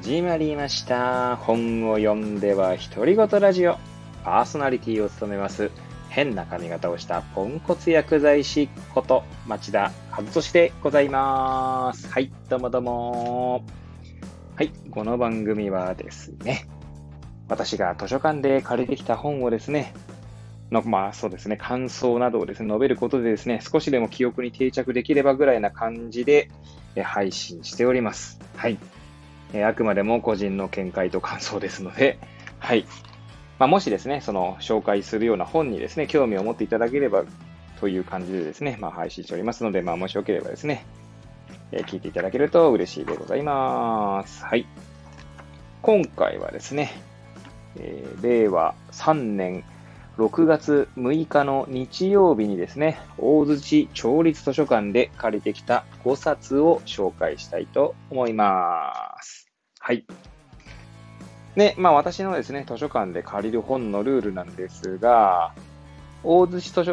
始まりました。本を読んでは独り言ラジオ。パーソナリティを務めます変な髪型をしたポンコツ薬剤師こと町田和俊でございます。はい、どうもどうも。はい、この番組はですね、私が図書館で借りてきた本をですね、そうですね、感想などをですね、述べることでですね、少しでも記憶に定着できればぐらいな感じで配信しております。はい。あくまでも個人の見解と感想ですので、はい。もしですね、その紹介するような本にですね、興味を持っていただければという感じでですね、配信しておりますので、もしよければですね、聞いていただけると嬉しいでございます。はい。今回はですね、令和3年6月6日の日曜日にですね、大槌町立図書館で借りてきた5冊を紹介したいと思います。はい。で、私のですね、図書館で借りる本のルールなんですが、大槌町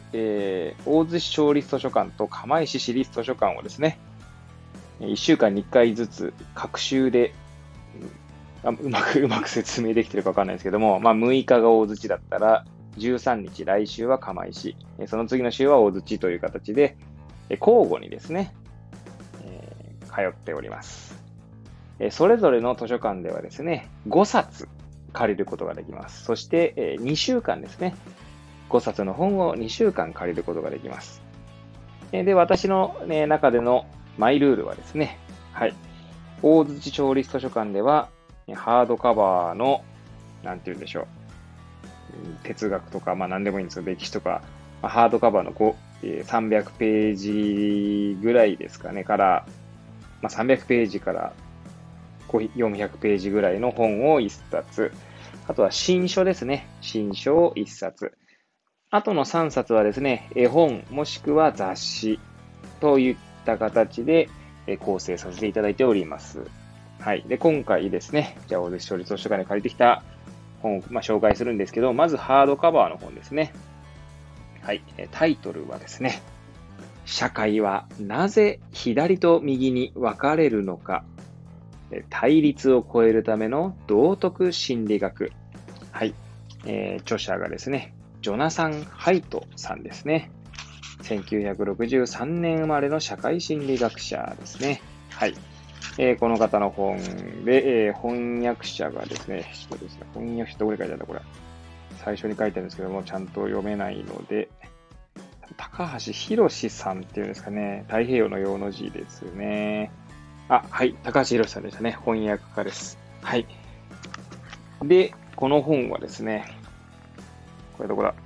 立図書館と釜石市立図書館をですね、1週間に1回ずつ各週でうまく説明できてるかわかんないですけども、6日が大槌だったら、13日、来週は釜石、その次の週は大槌という形で、交互にですね、通っております。それぞれの図書館ではですね、5冊借りることができます。そして、2週間ですね、5冊の本を2週間借りることができます。で、私の、中でのマイルールはですね、はい、大槌町立図書館では、ハードカバーの、なんて言うんでしょう。哲学とか、何でもいいんですけど、歴史とか、ハードカバーの300ページぐらいですかね、から、300ページから400ページぐらいの本を1冊。あとは新書ですね。新書を1冊。あとの3冊はですね、絵本もしくは雑誌といった形で構成させていただいております。はい。で、今回ですね、じゃあ、大槌町立図書館に借りてきた本を、紹介するんですけど、まずハードカバーの本ですね。はい。タイトルはですね、社会はなぜ左と右に分かれるのか。対立を超えるための道徳心理学。はい。著者がですね、ジョナサン・ハイトさんですね。1963年生まれの社会心理学者ですね。はい。この方の本で、翻訳者がですね、翻訳者どこに書いてあるんだこれ。最初に書いてあるんですけども、ちゃんと読めないので、高橋博さんっていうんですかね、太平洋の洋の字ですね。はい、高橋博さんでしたね。翻訳家です。はい。で、この本はですね、これどこだ？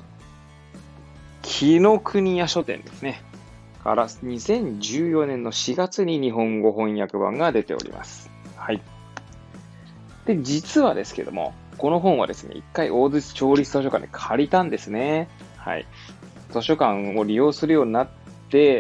紀ノ国屋書店ですね。から2014年の4月に日本語翻訳版が出ております。はい。で、実はですけども、この本はですね、一回大槌町立図書館で借りたんですね。はい。図書館を利用するようになって、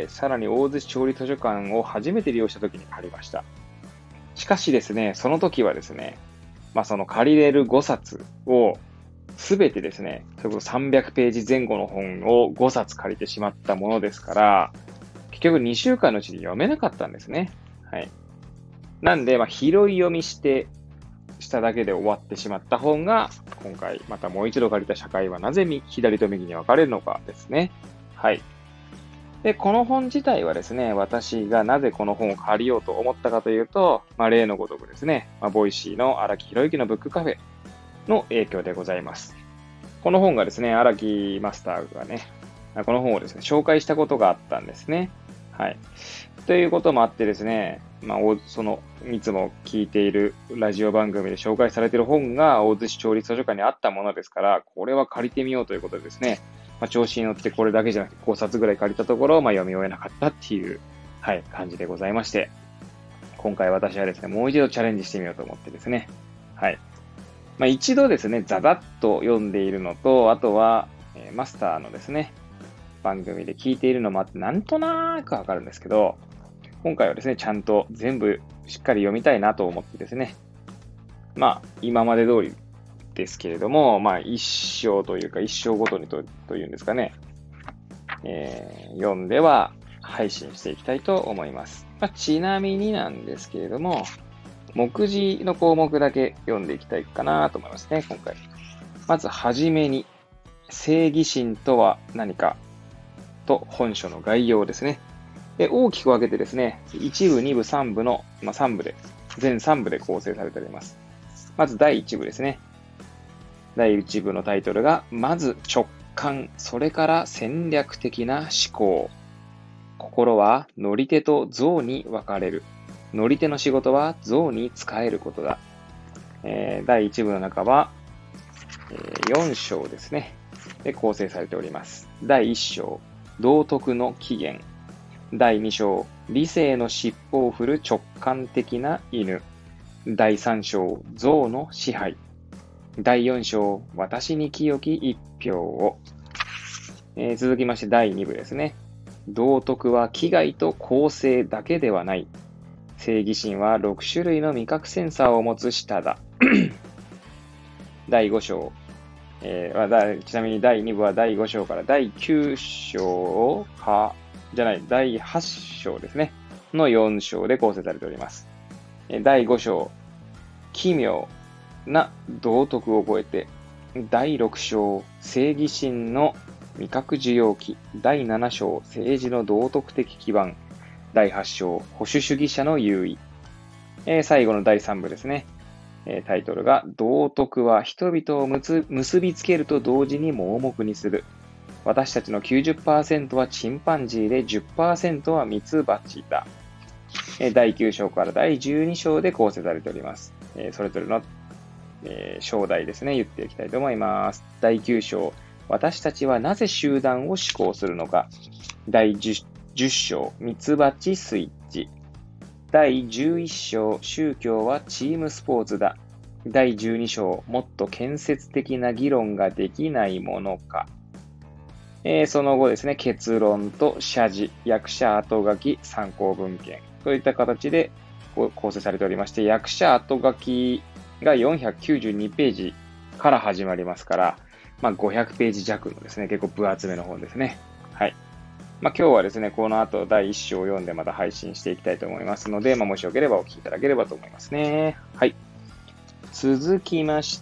さらに大槌町立図書館を初めて利用した時に借りました。しかしですね、その時はですね、その借りれる5冊をすべてですね、それこそ300ページ前後の本を5冊借りてしまったものですから、結局2週間のうちに読めなかったんですね。はい。なんで、拾い読みしただけで終わってしまった本が、今回またもう一度借りた社会はなぜ左と右に分かれるのかですね。はい。で、この本自体はですね、私がなぜこの本を借りようと思ったかというと、例のごとくですね、ボイシーの荒木博之のブックカフェの影響でございます。この本がですね、荒木マスターがね、この本をですね、紹介したことがあったんですね。はい。ということもあってですね、いつも聞いているラジオ番組で紹介されている本が大槌町立図書館にあったものですから、これは借りてみようということでですね、調子に乗ってこれだけじゃなくて5冊ぐらい借りたところ、読み終えなかったっていう、はい、感じでございまして、今回私はですね、もう一度チャレンジしてみようと思ってですね、はい。一度ですね、ザザッと読んでいるのと、あとは、マスターのですね、番組で聞いているのもあって、なんとなくわかるんですけど、今回はですね、ちゃんと全部しっかり読みたいなと思ってですね、今まで通りですけれども、一章というか一章ごとにというんですかね、読んでは配信していきたいと思います。ちなみになんですけれども、 目次の項目だけ読んでいきたいかなと思いますね、今回。まずはじめに、正義心とは何かと本書の概要ですね。で、大きく分けてですね、1部、2部、3部の、3部で、全3部で構成されております。まず第1部ですね。第1部のタイトルが、まず直感、それから戦略的な思考。心は乗り手と象に分かれる。乗り手の仕事は象に仕えることだ。第1部の中は、4章ですね。で構成されております。第1章、道徳の起源。第2章、理性の尻尾を振る直感的な犬。第3章、象の支配。第4章、私に清き一票を。続きまして第2部ですね。道徳は危害と公正だけではない。正義心は6種類の味覚センサーを持つ舌だ。第5章、ちなみに第2部は第5章から第9章第8章ですね。の4章で構成されております。第5章、奇妙な道徳を超えて。第6章、正義心の味覚受容器。第7章、政治の道徳的基盤。第8章、保守主義者の優位。最後の第3部ですね。タイトルが、道徳は人々を結びつけると同時に盲目にする。私たちの 90% はチンパンジーで 10% はミツバチだ。第9章から第12章で構成されております。それぞれの、章題ですね、言っていきたいと思います。第9章、私たちはなぜ集団を思考するのか。第 10章、ミツバチスイッチ。第11章、宗教はチームスポーツだ。第12章、もっと建設的な議論ができないものか。その後ですね、結論と謝辞、役者後書き、参考文献といった形で構成されておりまして、役者後書きが492ページから始まりますから、500ページ弱のですね、結構分厚めの本ですね。はい。今日はですね、この後第1章を読んでまた配信していきたいと思いますので、もしよければお聞きいただければと思いますね。はい。続きまして、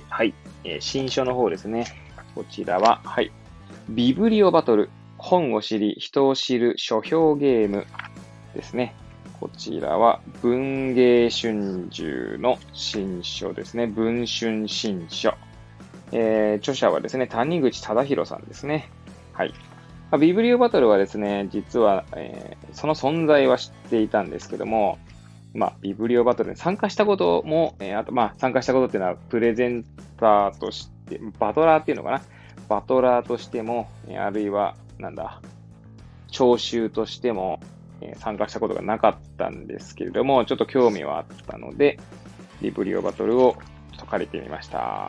はい。新書の方ですね。こちらは、はい。ビブリオバトル。本を知り、人を知る書評ゲームですね。こちらは文芸春秋の新書ですね。文春新書。著者はですね、谷口忠弘さんですね。はい。ビブリオバトルはですね、実は、その存在は知っていたんですけども、ビブリオバトルに参加したことも、あと、参加したことっていうのは、プレゼンターとして、バトラーっていうのかな。バトラーとしても、あるいは、聴衆としても、参加したことがなかったんですけれども、ちょっと興味はあったので、ビブリオバトルをちょっと借りてみました。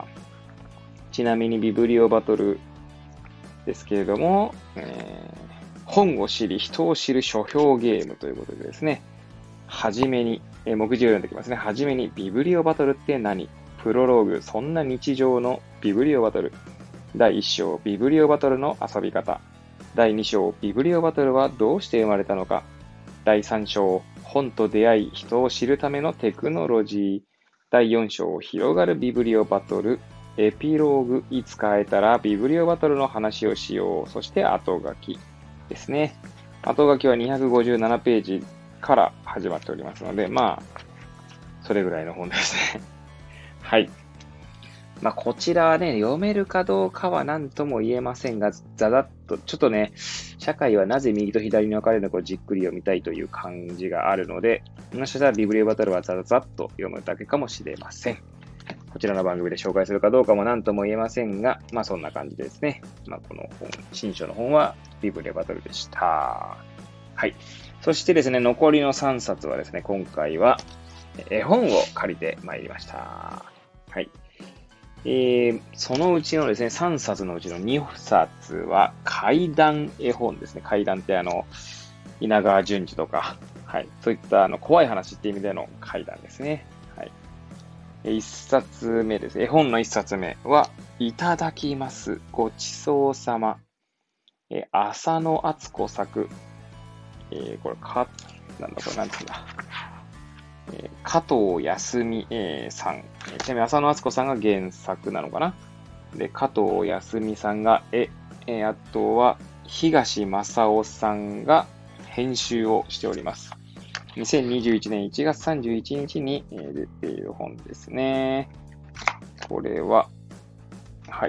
ちなみにビブリオバトルですけれども、本を知り、人を知る書評ゲームということでですね、はじめに、目次を読んできますね。はじめに、ビブリオバトルって何？プロローグ、そんな日常のビブリオバトル。第1章、ビブリオバトルの遊び方。第2章、ビブリオバトルはどうして生まれたのか。第3章、本と出会い、人を知るためのテクノロジー。第4章、広がるビブリオバトル。エピローグ、いつか会えたらビブリオバトルの話をしよう。そして後書きですね。後書きは257ページから始まっておりますので、それぐらいの本ですね。はい。こちらはね、読めるかどうかは何とも言えませんが、ざざっと、ちょっとね、社会はなぜ右と左に分かれるのかをじっくり読みたいという感じがあるので、もしかしたらビブリオバトルはざざっと読むだけかもしれません。こちらの番組で紹介するかどうかも何とも言えませんが、そんな感じですね。この本、新書の本はビブリオバトルでした。はい。そしてですね、残りの3冊はですね、今回は絵本を借りてまいりました。はい。そのうちのですね、3冊のうちの2冊は怪談絵本ですね。怪談って稲川淳二とか、はい。そういった怖い話っていう意味での怪談ですね。はい。1冊目です。絵本の1冊目は、いただきます。ごちそうさま。浅野敦子作。これ、なんていうんだ。 加藤康美さん。ちなみに浅野敦子さんが原作なのかな。で、加藤康美さんがあとは東正夫さんが編集をしております。2021年1月31日に出ている本ですね。これは、はい。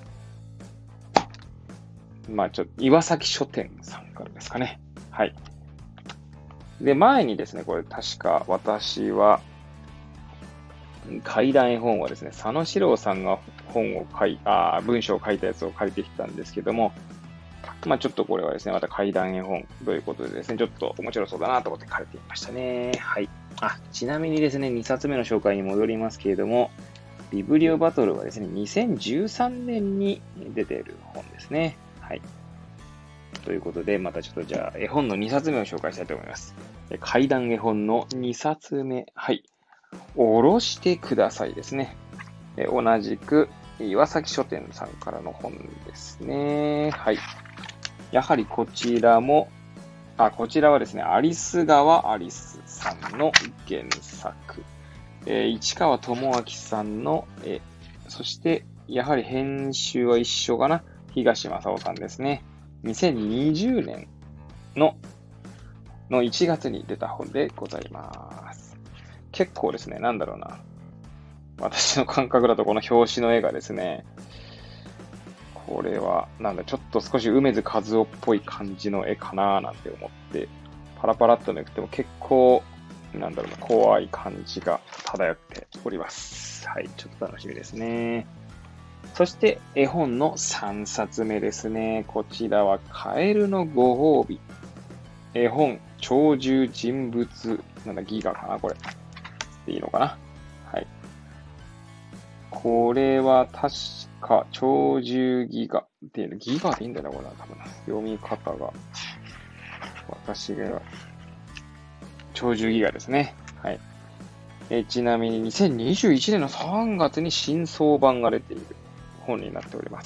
岩崎書店さんからですかね。はい。で、前にですね、これ確か私は、怪談絵本はですね、佐野史郎さんが文章を書いたやつを借りてきたんですけども、ちょっとこれはですね、また怪談絵本ということでですね、ちょっと面白そうだなと思って借りてみましたね。はい。ちなみにですね、2冊目の紹介に戻りますけれども、ビブリオバトルはですね、2013年に出ている本ですね。はい。ということで、またちょっとじゃあ、絵本の2冊目を紹介したいと思います。怪談絵本の2冊目。はい。おろしてくださいですね。同じく、岩崎書店さんからの本ですね。はい。やはりこちらも、こちらはですね、アリス川アリスさんの原作。市川智明さんの絵。そして、やはり編集は一緒かな。東正夫さんですね。2020年の1月に出た本でございます。結構ですね、なんだろうな。私の感覚だとこの表紙の絵がですね、これは、ちょっと少し梅津和夫っぽい感じの絵かななんて思って、パラパラっとめくっても結構、怖い感じが漂っております。はい、ちょっと楽しみですね。そして、絵本の3冊目ですね。こちらは、カエルのご褒美。絵本、鳥獣人物、ギガかなこれ。でいいのかなはい。これは確か、鳥獣ギガっていうの、ギガでいいんだよな、これは多分。読み方が。私が、鳥獣ギガですね。はい。ちなみに2021年の3月に新装版が出ている本になっております。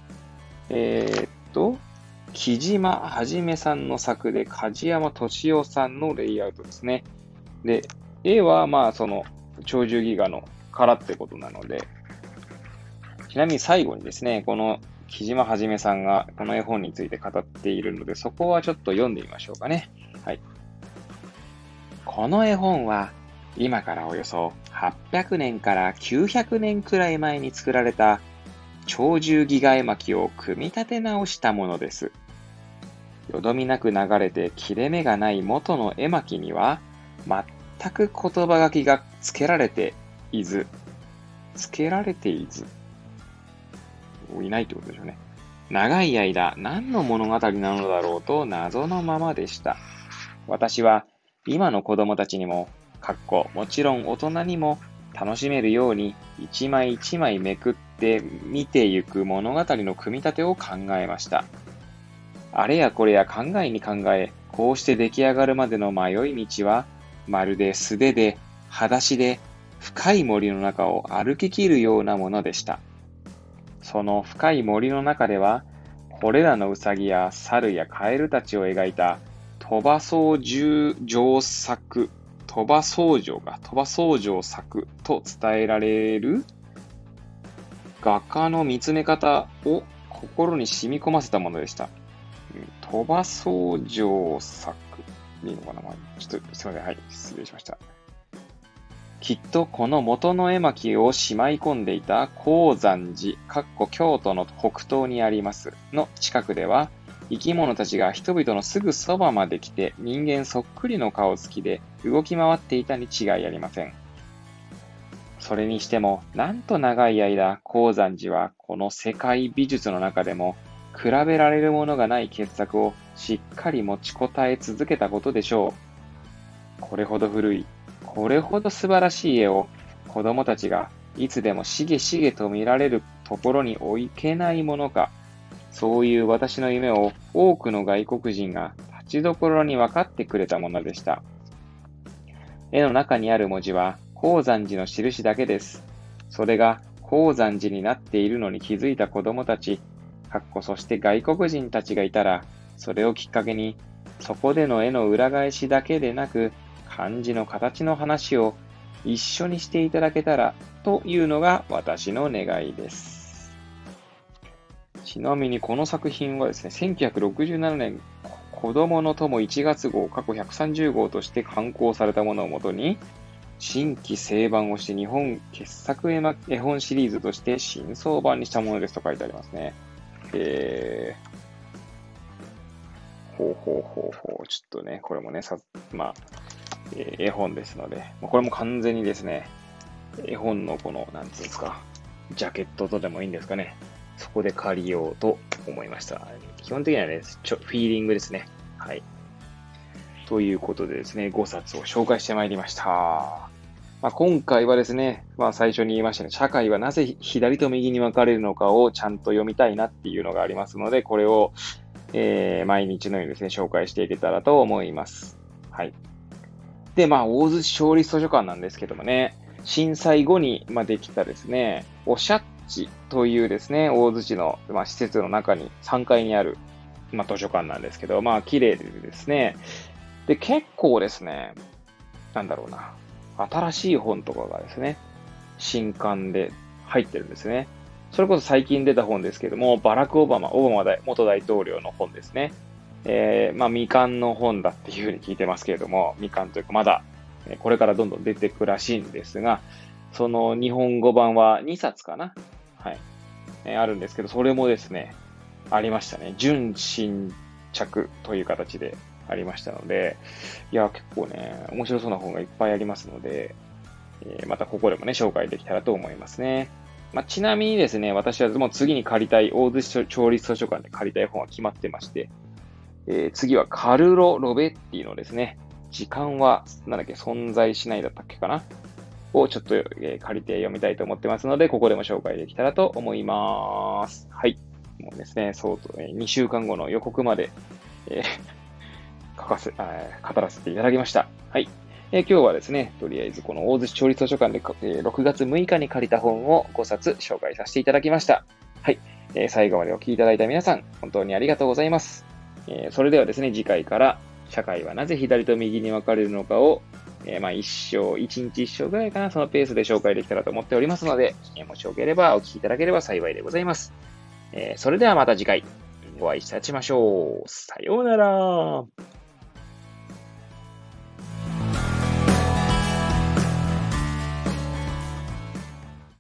木島はじめさんの作で、梶山敏夫さんのレイアウトですね。で、絵は鳥獣ギガのからってことなので、ちなみに最後にですね、この木島はじめさんがこの絵本について語っているので、そこはちょっと読んでみましょうかね。はい。この絵本は、今からおよそ800年から900年くらい前に作られた鳥獣ギガ絵巻を組み立て直したものです。よどみなく流れて切れ目がない元の絵巻には、全く言葉書きが付けられていず、いないってことでしょうね。長い間何の物語なのだろうと謎のままでした。私は今の子供たちにも、もちろん大人にも楽しめるように一枚一枚めくって見てゆく物語の組み立てを考えました。あれやこれや考え、こうして出来上がるまでの迷い道は、まるで素手で、裸足で、深い森の中を歩き切るようなものでした。その深い森の中では、これらのウサギや猿やカエルたちを描いた鳥羽草上作と伝えられる画家の見つめ方を心に染み込ませたものでした。鳥羽草上作でいいのかなちょっとすみません。はい、失礼しました。きっとこの元の絵巻をしまい込んでいた高山寺、京都の北東にありますの近くでは、生き物たちが人々のすぐそばまで来て人間そっくりの顔つきで動き回っていたに違いありません。それにしても、なんと長い間、高山寺はこの世界美術の中でも比べられるものがない傑作をしっかり持ちこたえ続けたことでしょう。これほど古い、これほど素晴らしい絵を子供たちがいつでもしげしげと見られるところに置けないものか、そういう私の夢を多くの外国人が立ちどころに分かってくれたものでした。絵の中にある文字は高山寺の印だけです。それが高山寺になっているのに気づいた子供たち、そして外国人たちがいたら、それをきっかけに、そこでの絵の裏返しだけでなく、 漢字の形の話を一緒にしていただけたらというのが私の願いです。ちなみにこの作品はですね、1967年子供の友1月号過去130号として刊行されたものをもとに、新規製版をして日本傑作絵本シリーズとして新装版にしたものですと書いてありますね。ほう。ちょっとね、これもね、絵本ですので、これも完全にですね、絵本のこの、なんつうんですか、ジャケットとでもいいんですかね。そこで借りようと思いました。基本的にはね、フィーリングですね。はい。ということでですね、5冊を紹介してまいりました。今回はですね、最初に言いましたね、社会はなぜ左と右に分かれるのかをちゃんと読みたいなっていうのがありますので、これを、毎日のようにですね、紹介していけたらと思います。はい。で、大槌町立図書館なんですけどもね、震災後にできたですね、おしゃっちというですね、大槌の、施設の中に3階にある、図書館なんですけど、綺麗でですね、で、結構ですね、新しい本とかがですね、新刊で入ってるんですね。それこそ最近出た本ですけども、バラク・オバマ元大統領の本ですね。未刊の本だっていうふうに聞いてますけれども、未刊というかまだ、これからどんどん出てくらしいんですが、その日本語版は2冊かな。はい。あるんですけど、それもですね、ありましたね。純新着という形でありましたので、いや、結構ね、面白そうな本がいっぱいありますので、またここでもね、紹介できたらと思いますね。ちなみにですね、私はもう次に借りたい、大津町立図書館で借りたい本は決まってまして、次はカルロ・ロベッティのですね、時間は、存在しないだったっけかなをちょっと、借りて読みたいと思ってますので、ここでも紹介できたらと思います。はい。もうですね、2週間後の予告まで、語らせていただきました。はい。今日はですね、とりあえずこの大津市町立図書館で、6月6日に借りた本を5冊紹介させていただきました。はい。最後までお聞きいただいた皆さん、本当にありがとうございます。それではですね、次回から社会はなぜ左と右に分かれるのかを、1日1章ぐらいかな、そのペースで紹介できたらと思っておりますので、もしよければお聞きいただければ幸いでございます。それではまた次回、お会いいたしましょう。さようなら。